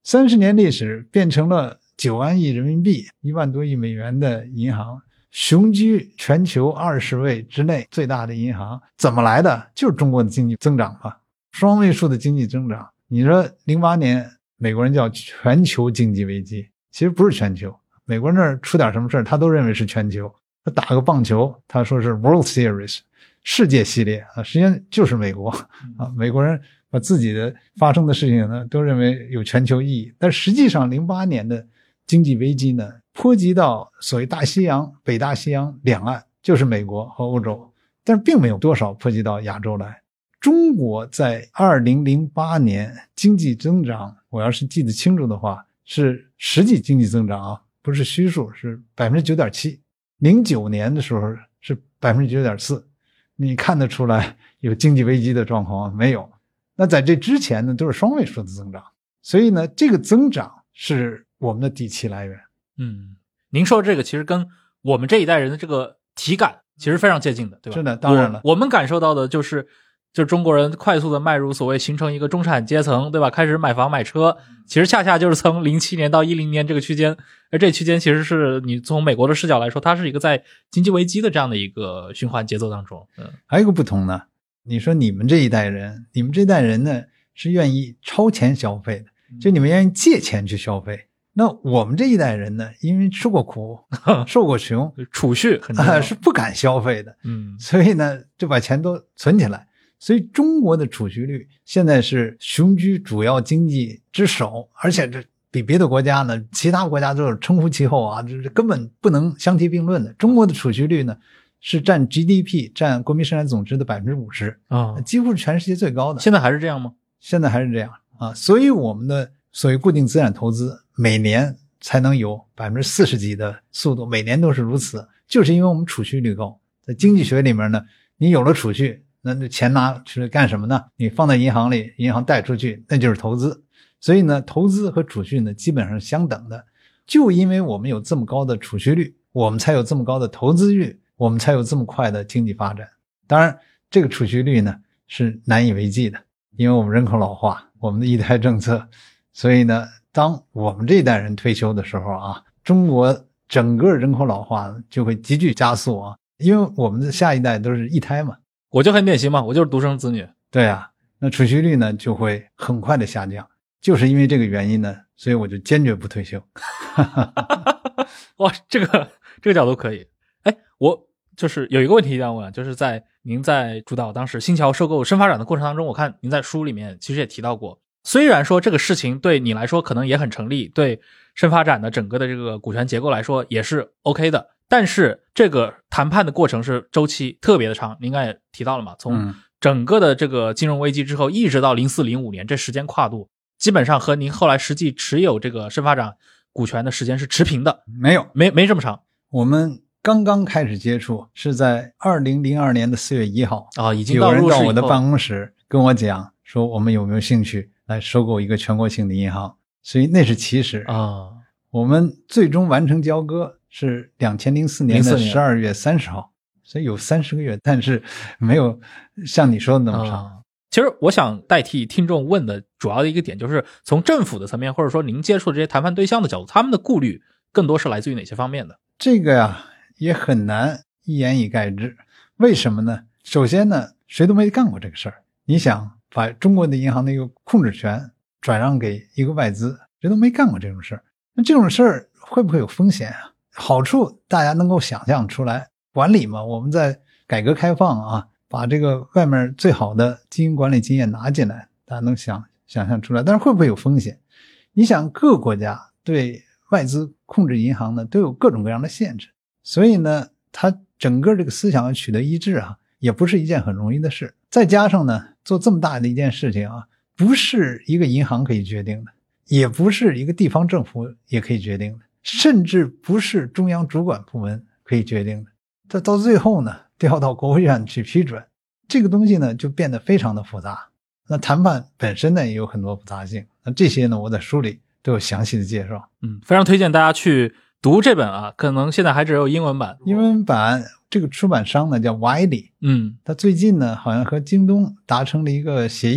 S3: 三十年历史变成了九万亿人民币、一万多亿美元的银行，雄居全球二十位之内最大的银行，怎么来的？就是中国的经济增长嘛，双位数的经济增长。你说零八年美国人叫全球经济危机，其实不是全球，美国人那儿出点什么事儿他都认为是全球。他打个棒球，他说是 World Series 世界系列啊，实际上就是美国啊。美国人把自己的发生的事情呢都认为有全球意义，但实际上零八年的经济危机呢波及到所谓大西洋、北大西洋两岸，就是美国和欧洲，但是并没有多少波及到亚洲来。中国在二零零八年经济增长，我要是记得清楚的话，是实际经济增长啊，不是虚数，是 百分之九点七。零九年的时候是 百分之九点四， 你看得出来有经济危机的状况吗？没有。那在这之前呢都是双位数的增长，所以呢这个增长是我们的底气来源。
S2: 嗯，您说这个其实跟我们这一代人的这个体感其实非常接近的，对吧？
S3: 是的，当然了，
S2: 我, 我们感受到的就是就中国人快速的迈入所谓形成一个中产阶层，对吧？开始买房买车，其实恰恰就是从零七年到一零年这个区间，而这区间其实是你从美国的视角来说，它是一个在经济危机的这样的一个循环节奏当中。嗯，
S3: 还有一个不同呢，你说你们这一代人，你们这一代人呢是愿意超前消费的，就你们愿意借钱去消费。那我们这一代人呢，因为吃过苦受过穷，
S2: 储蓄很重要、
S3: 呃、是不敢消费的，
S2: 嗯，
S3: 所以呢就把钱都存起来。所以中国的储蓄率现在是雄居主要经济之首，而且这比别的国家呢，其他国家都是称呼其后啊，这根本不能相提并论的。中国的储蓄率呢是占 G D P 占国民生产总值的 百分之五十 啊，几乎是全世界最高的。
S2: 现在还是这样吗？
S3: 现在还是这样啊，所以我们的所谓固定资产投资每年才能有 百分之四十 几的速度，每年都是如此，就是因为我们储蓄率高。在经济学里面呢，你有了储蓄，那这钱拿去干什么呢？你放在银行里，银行贷出去，那就是投资。所以呢，投资和储蓄呢基本上是相等的。就因为我们有这么高的储蓄率，我们才有这么高的投资率，我们才有这么快的经济发展。当然这个储蓄率呢是难以为继的，因为我们人口老化，我们的一胎政策，所以呢当我们这一代人退休的时候啊，中国整个人口老化就会急剧加速啊，因为我们的下一代都是一胎嘛。
S2: 我就很典型嘛，我就是独生子女。对
S3: 啊，那储蓄率呢就会很快的下降，就是因为这个原因呢，所以我就坚决不退休。
S2: 哇，这个这个角度可以。哎，我就是有一个问题一定要问，就是在您在主导当时新桥收购深发展的过程当中，我看您在书里面其实也提到过，虽然说这个事情对你来说可能也很成立，对深发展的整个的这个股权结构来说也是 OK 的，但是这个谈判的过程是周期特别的长，您刚才也提到了嘛，从整个的这个金融危机之后一直到零四零五年，这时间跨度基本上和您后来实际持有这个深发展股权的时间是持平的。
S3: 没有，
S2: 没没这么长。
S3: 我们刚刚开始接触是在二零零二年的四月一号
S2: 啊，已经到入市以后，
S3: 有人到我的办公室跟我讲说我们有没有兴趣来收购一个全国性的银行，所以那是起始
S2: 啊。
S3: 我们最终完成交割是二零零四年的十二月三十号，所以有三十个月，但是没有像你说的那么长。
S2: 啊，其实我想代替听众问的主要的一个点，就是从政府的层面，或者说您接触的这些谈判对象的角度，他们的顾虑更多是来自于哪些方面的？
S3: 这个呀也很难一言以概之。为什么呢？首先呢，谁都没干过这个事儿。你想把中国的银行的一个控制权转让给一个外资，谁都没干过这种事儿。那这种事儿会不会有风险啊？好处大家能够想象出来，管理嘛，我们在改革开放啊，把这个外面最好的经营管理经验拿进来，大家能想想象出来。但是会不会有风险？你想各个国家对外资控制银行呢都有各种各样的限制，所以呢它整个这个思想要取得一致啊，也不是一件很容易的事。再加上呢做这么大的一件事情啊，不是一个银行可以决定的，也不是一个地方政府也可以决定的，甚至不是中央主管部门可以决定的。这到最后呢调到国务院去批准，这个东西呢就变得非常的复杂。那谈判本身呢也有很多复杂性，那这些呢我在书里都有详细的介绍。
S2: 嗯，非常推荐大家去读这本啊，可能现在还只有英文版。
S3: 英文版这个出版商呢叫 Wiley，
S2: 嗯，
S3: 他最近呢好像和京东达成了一个协议，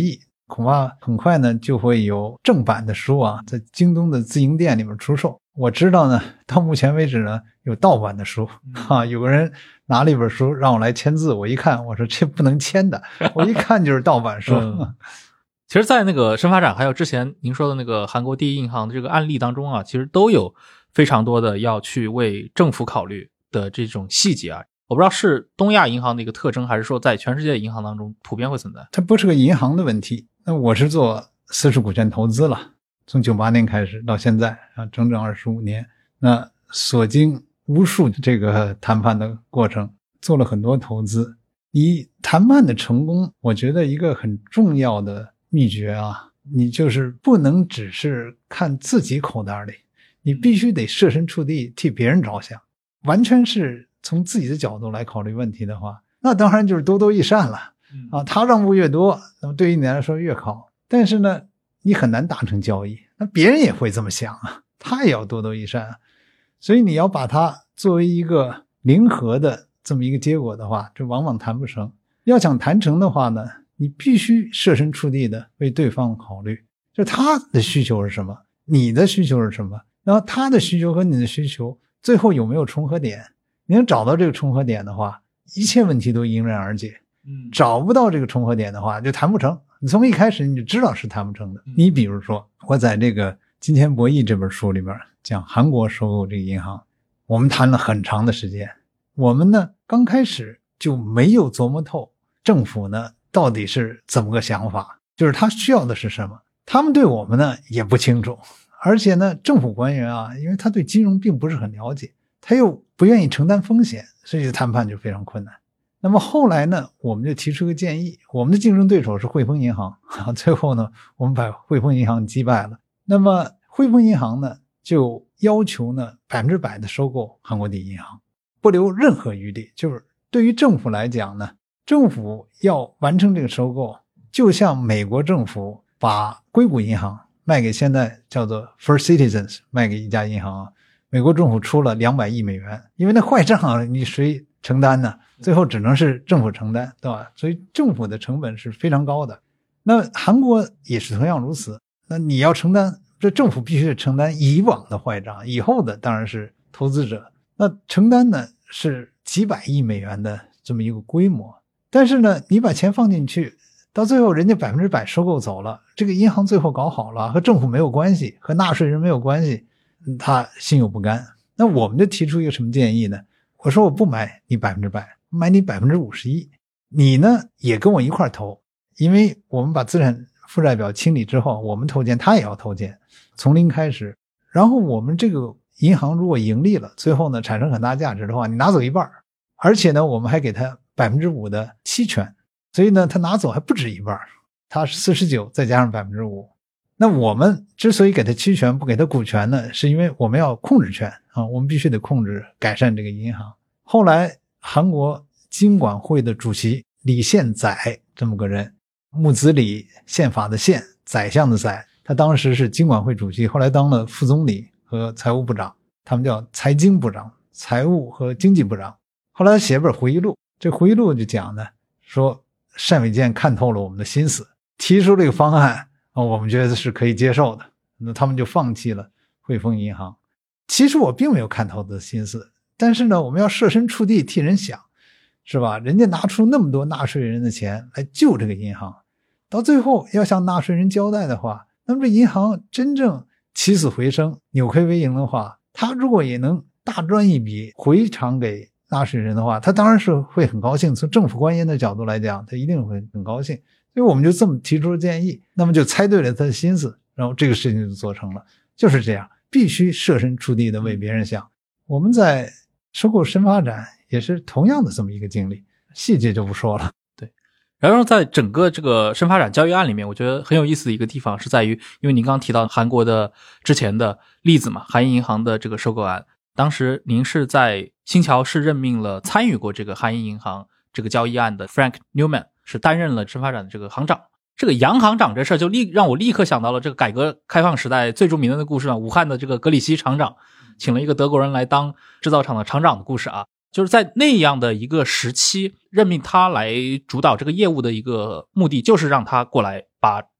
S3: 恐怕很快呢就会有正版的书啊，在京东的自营店里面出售。我知道呢，到目前为止呢，有盗版的书哈、啊，有个人拿了一本书让我来签字，我一看，我说这不能签的，我一看就是盗版书。
S2: 嗯其实在那个深发展还有之前您说的那个韩国第一银行的这个案例当中啊，其实都有非常多的要去为政府考虑的这种细节啊。我不知道是东亚银行的一个特征，还是说在全世界的银行当中普遍会存在。
S3: 它不是个银行的问题。那我是做私募股权投资了，从九八年开始到现在啊，整整二十五年。那所经无数这个谈判的过程，做了很多投资。你谈判的成功，我觉得一个很重要的秘诀啊，你就是不能只是看自己口袋里，你必须得设身处地替别人着想。完全是从自己的角度来考虑问题的话，那当然就是多多益善了啊。他让步越多，那么对于你来说越好。但是呢，你很难达成交易，那别人也会这么想啊，他也要多多益善啊。所以你要把它作为一个零和的这么一个结果的话，这往往谈不成。要想谈成的话呢，你必须设身处地的为对方考虑，就他的需求是什么，你的需求是什么，然后他的需求和你的需求最后有没有重合点。你能找到这个重合点的话，一切问题都迎刃而解。
S2: 嗯，
S3: 找不到这个重合点的话，就谈不成。你从一开始你就知道是谈不成的。你比如说，我在这个《金钱博弈》这本书里边讲韩国收购这个银行，我们谈了很长的时间。我们呢刚开始就没有琢磨透政府呢到底是怎么个想法，就是他需要的是什么，他们对我们呢也不清楚。而且呢，政府官员啊，因为他对金融并不是很了解，他又不愿意承担风险，所以谈判就非常困难。那么后来呢，我们就提出一个建议，我们的竞争对手是汇丰银行，最后呢，我们把汇丰银行击败了。那么汇丰银行呢，就要求呢百分之百的收购韩国第一银行，不留任何余地。就是对于政府来讲呢，政府要完成这个收购，就像美国政府把硅谷银行卖给现在叫做 First Citizens， 卖给一家银行啊，美国政府出了两百亿美元，因为那坏账啊，你谁承担呢？最后只能是政府承担，对吧？所以政府的成本是非常高的。那韩国也是同样如此。那你要承担，这政府必须得承担以往的坏账，以后的当然是投资者。那承担呢是几百亿美元的这么一个规模。但是呢，你把钱放进去，到最后人家百分之百收购走了，这个银行最后搞好了，和政府没有关系，和纳税人没有关系，他心有不甘。那我们就提出一个什么建议呢？我说我不买你百分之百，买你百分之五十一，你呢也跟我一块投，因为我们把资产负债表清理之后，我们投钱，他也要投钱，从零开始。然后我们这个银行如果盈利了，最后呢产生很大价值的话，你拿走一半，而且呢我们还给他百分之五的期权，所以呢他拿走还不止一半，他是四十九再加上百分之五。那我们之所以给他期权不给他股权呢，是因为我们要控制权啊，我们必须得控制改善这个银行。后来韩国金管会的主席李宪宰这么个人，木子李，宪法的宪，宰相的宰，他当时是金管会主席，后来当了副总理和财务部长，他们叫财经部长，财务和经济部长。后来他写本回忆录，这回忆录就讲呢，说单伟建看透了我们的心思，提出这个方案，我们觉得是可以接受的，那他们就放弃了汇丰银行。其实我并没有看透的心思，但是呢，我们要设身处地替人想，是吧？人家拿出那么多纳税人的钱来救这个银行，到最后要向纳税人交代的话，那么这银行真正起死回生，扭亏为盈的话，他如果也能大赚一笔回偿给纳税人的话，他当然是会很高兴。从政府官员的角度来讲，他一定会很高兴。所以我们就这么提出了建议，那么就猜对了他的心思，然后这个事情就做成了。就是这样，必须设身处地的为别人想。我们在收购深发展也是同样的这么一个经历，细节就不说了。
S2: 对，然后在整个这个深发展交易案里面，我觉得很有意思的一个地方是在于，因为您刚刚提到韩国的之前的例子嘛，韩银银行的这个收购案，当时您是在新桥市任命了参与过这个韩银银行这个交易案的 Frank Newman， 是担任了深发展的这个行长。这个杨行长这事儿就立让我立刻想到了这个改革开放时代最著名的故事啊，武汉的这个格里希厂长请了一个德国人来当制造厂的厂长的故事啊。就是在那样的一个时期，任命他来主导这个业务的一个目的，就是让他过来把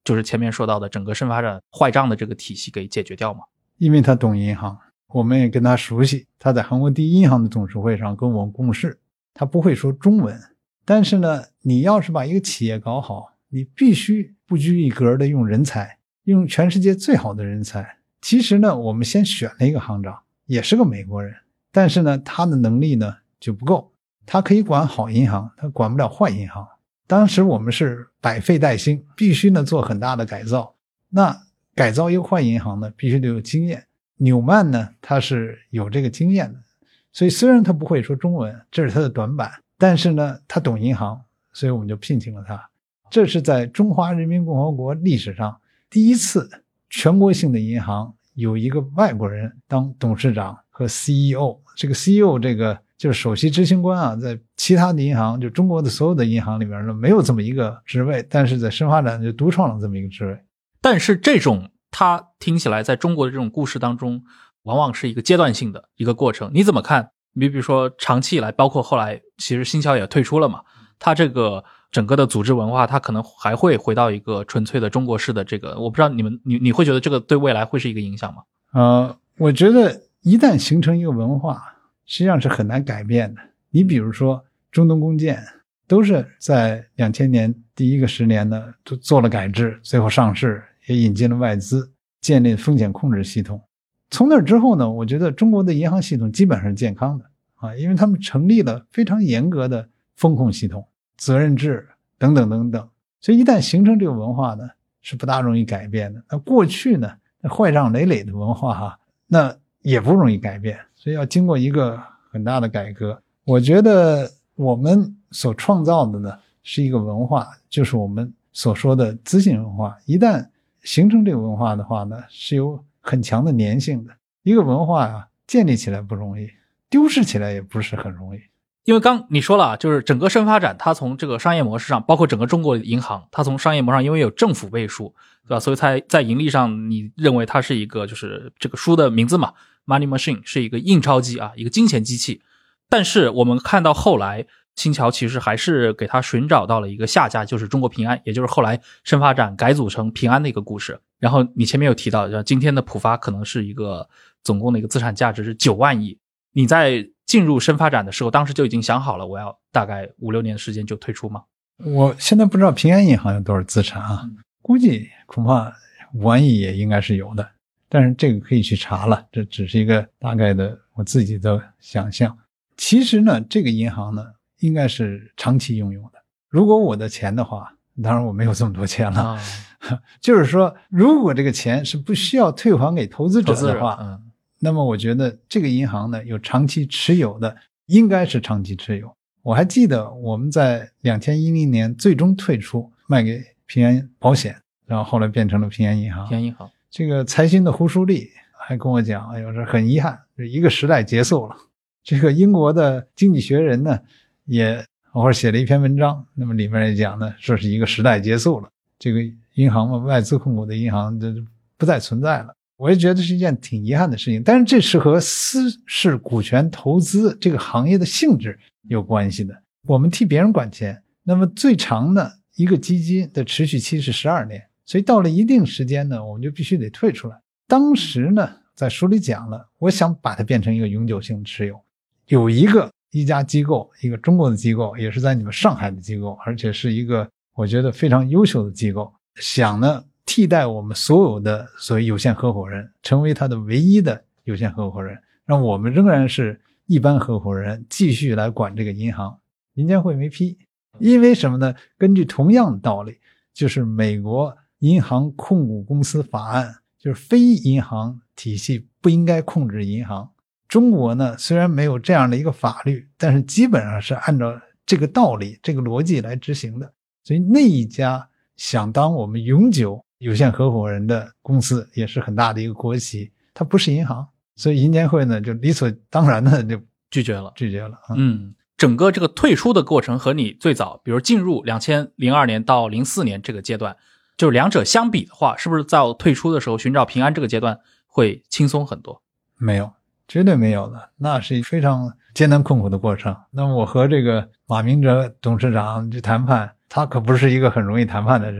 S2: 就是前面说到的整个申发展坏账的这个体系给解决掉吗？
S3: 因为他懂银行，我们也跟他熟悉，他在韩国第一银行的董事会上跟我们共事，他不会说中文，但是呢，你要是把一个企业搞好，你必须不拘一格的用人才，用全世界最好的人才。其实呢，我们先选了一个行长，也是个美国人，但是呢，他的能力呢就不够，他可以管好银行，他管不了坏银行。当时我们是百废待兴，必须呢做很大的改造。那改造一个坏银行呢，必须得有经验。纽曼呢，他是有这个经验的，所以虽然他不会说中文，这是他的短板，但是呢，他懂银行，所以我们就聘请了他。这是在中华人民共和国历史上第一次全国性的银行有一个外国人当董事长和 C E O。 这个 C E O 这个就是首席执行官啊，在其他的银行，就中国的所有的银行里面呢，没有这么一个职位，但是在申发展就独创了这么一个职位。
S2: 但是这种它听起来在中国的这种故事当中往往是一个阶段性的一个过程，你怎么看？你比如说长期以来，包括后来其实新桥也退出了嘛，它这个整个的组织文化它可能还会回到一个纯粹的中国式的这个，我不知道你们你你会觉得这个对未来会是一个影响吗？
S3: 呃，我觉得一旦形成一个文化，实际上是很难改变的。你比如说中东弓箭都是在两千年第一个十年呢都做了改制，最后上市，也引进了外资，建立风险控制系统。从那之后呢，我觉得中国的银行系统基本上是健康的啊，因为他们成立了非常严格的风控系统、责任制等等等等，所以一旦形成这个文化呢，是不大容易改变的。那过去呢，那坏账累累的文化哈，那也不容易改变，所以要经过一个很大的改革。我觉得我们所创造的呢，是一个文化，就是我们所说的资信文化。一旦形成这个文化的话呢，是有很强的粘性的。一个文化啊，建立起来不容易，丢失起来也不是很容易。
S2: 因为刚你说了啊，就是整个申发展它从这个商业模式上，包括整个中国银行，它从商业模式上因为有政府背书，对吧？所以才在盈利上你认为它是一个，就是这个书的名字嘛， Money Machine 是一个印钞机啊，一个金钱机器。但是我们看到后来新桥其实还是给他寻找到了一个下家，就是中国平安，也就是后来申发展改组成平安的一个故事。然后你前面有提到今天的浦发可能是一个总共的一个资产价值是九万亿，你在进入申发展的时候当时就已经想好了我要大概五六年的时间就退出吗？
S3: 我现在不知道平安银行有多少资产啊，嗯、估计恐怕五万亿也应该是有的，但是这个可以去查了，这只是一个大概的我自己的想象。其实呢，这个银行呢应该是长期拥有的。如果我的钱的话，当然我没有这么多钱了、啊、就是说如果这个钱是不需要退还给投资者的话，嗯，那么我觉得这个银行呢有长期持有的，应该是长期持有。我还记得我们在二零一零年最终退出，卖给平安保险，然后后来变成了平安银行。
S2: 平安银行
S3: 这个财新的胡舒立还跟我讲，哎呦，这很遗憾，一个时代结束了。这个英国的经济学人呢也偶尔写了一篇文章，那么里面也讲呢，这是一个时代结束了，这个银行嘛，外资控股的银行这不再存在了。我也觉得是一件挺遗憾的事情，但是这是和私式股权投资这个行业的性质有关系的。我们替别人管钱，那么最长的一个基金的持续期是十二年，所以到了一定时间呢，我们就必须得退出来。当时呢，在书里讲了，我想把它变成一个永久性持有。有一个一家机构，一个中国的机构，也是在你们上海的机构，而且是一个我觉得非常优秀的机构，想呢替代我们所有的所谓有限合伙人，成为他的唯一的有限合伙人，让我们仍然是一般合伙人继续来管这个银行。银监会没批，因为什么呢？根据同样的道理，就是美国银行控股公司法案，就是非银行体系不应该控制银行。中国呢虽然没有这样的一个法律，但是基本上是按照这个道理这个逻辑来执行的。所以那一家想当我们永久有限合伙人的公司，也是很大的一个国企，它不是银行，所以银监会呢就理所当然的就
S2: 拒绝了
S3: 拒绝了、啊、
S2: 嗯，整个这个退出的过程和你最早比如进入二零零二年到零四年这个阶段，就是两者相比的话，是不是在退出的时候寻找平安这个阶段会轻松很多？
S3: 没有，绝对没有的，那是非常艰难困苦的过程。那么我和这个马明哲董事长去谈判，他可不是一个很容易谈判的人，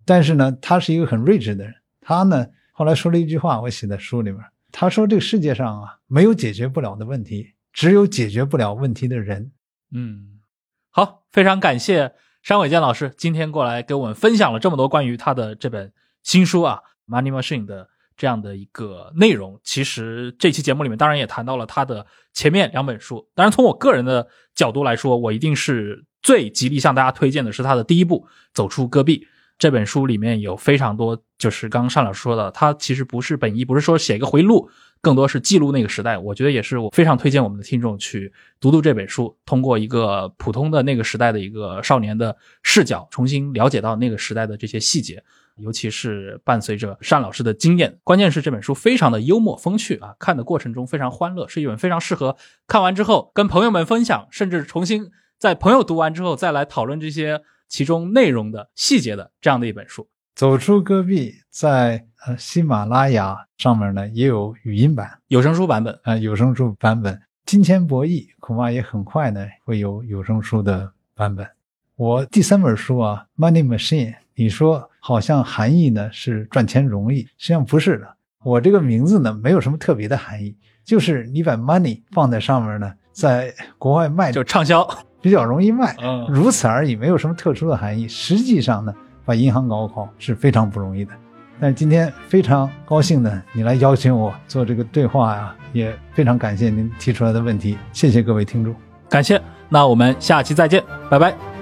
S3: 但是呢，他是一个很睿智的人。他呢后来说了一句话，我写在书里面，他说这个世界上啊，没有解决不了的问题，只有解决不了问题的人。
S2: 嗯，好，非常感谢山伟健老师今天过来给我们分享了这么多关于他的这本新书啊 Money Machine 的这样的一个内容。其实这期节目里面当然也谈到了他的前面两本书，当然从我个人的角度来说，我一定是最极力向大家推荐的是他的第一部走出戈壁。这本书里面有非常多，就是刚刚单老师说的，他其实不是本意不是说写一个回忆录，更多是记录那个时代。我觉得也是我非常推荐我们的听众去读读这本书，通过一个普通的那个时代的一个少年的视角，重新了解到那个时代的这些细节，尤其是伴随着单老师的经验。关键是这本书非常的幽默风趣啊，看的过程中非常欢乐，是一本非常适合看完之后跟朋友们分享，甚至重新在朋友读完之后再来讨论这些其中内容的细节的这样的一本书。
S3: 走出戈壁在呃喜马拉雅上面呢也有语音版、
S2: 有声书版本
S3: 呃有声书版本。金钱博弈恐怕也很快呢会有有声书的版本。我第三本书啊 Money Machine， 你说好像含义呢是赚钱容易，实际上不是的。我这个名字呢没有什么特别的含义，就是你把 money 放在上面呢，在国外卖
S2: 就畅销，
S3: 比较容易卖，
S2: 嗯，
S3: 如此而已，没有什么特殊的含义。实际上呢，把银行搞好是非常不容易的。但是今天非常高兴的你来邀请我做这个对话呀，也非常感谢您提出来的问题，谢谢各位听众，
S2: 感谢。那我们下期再见，拜拜。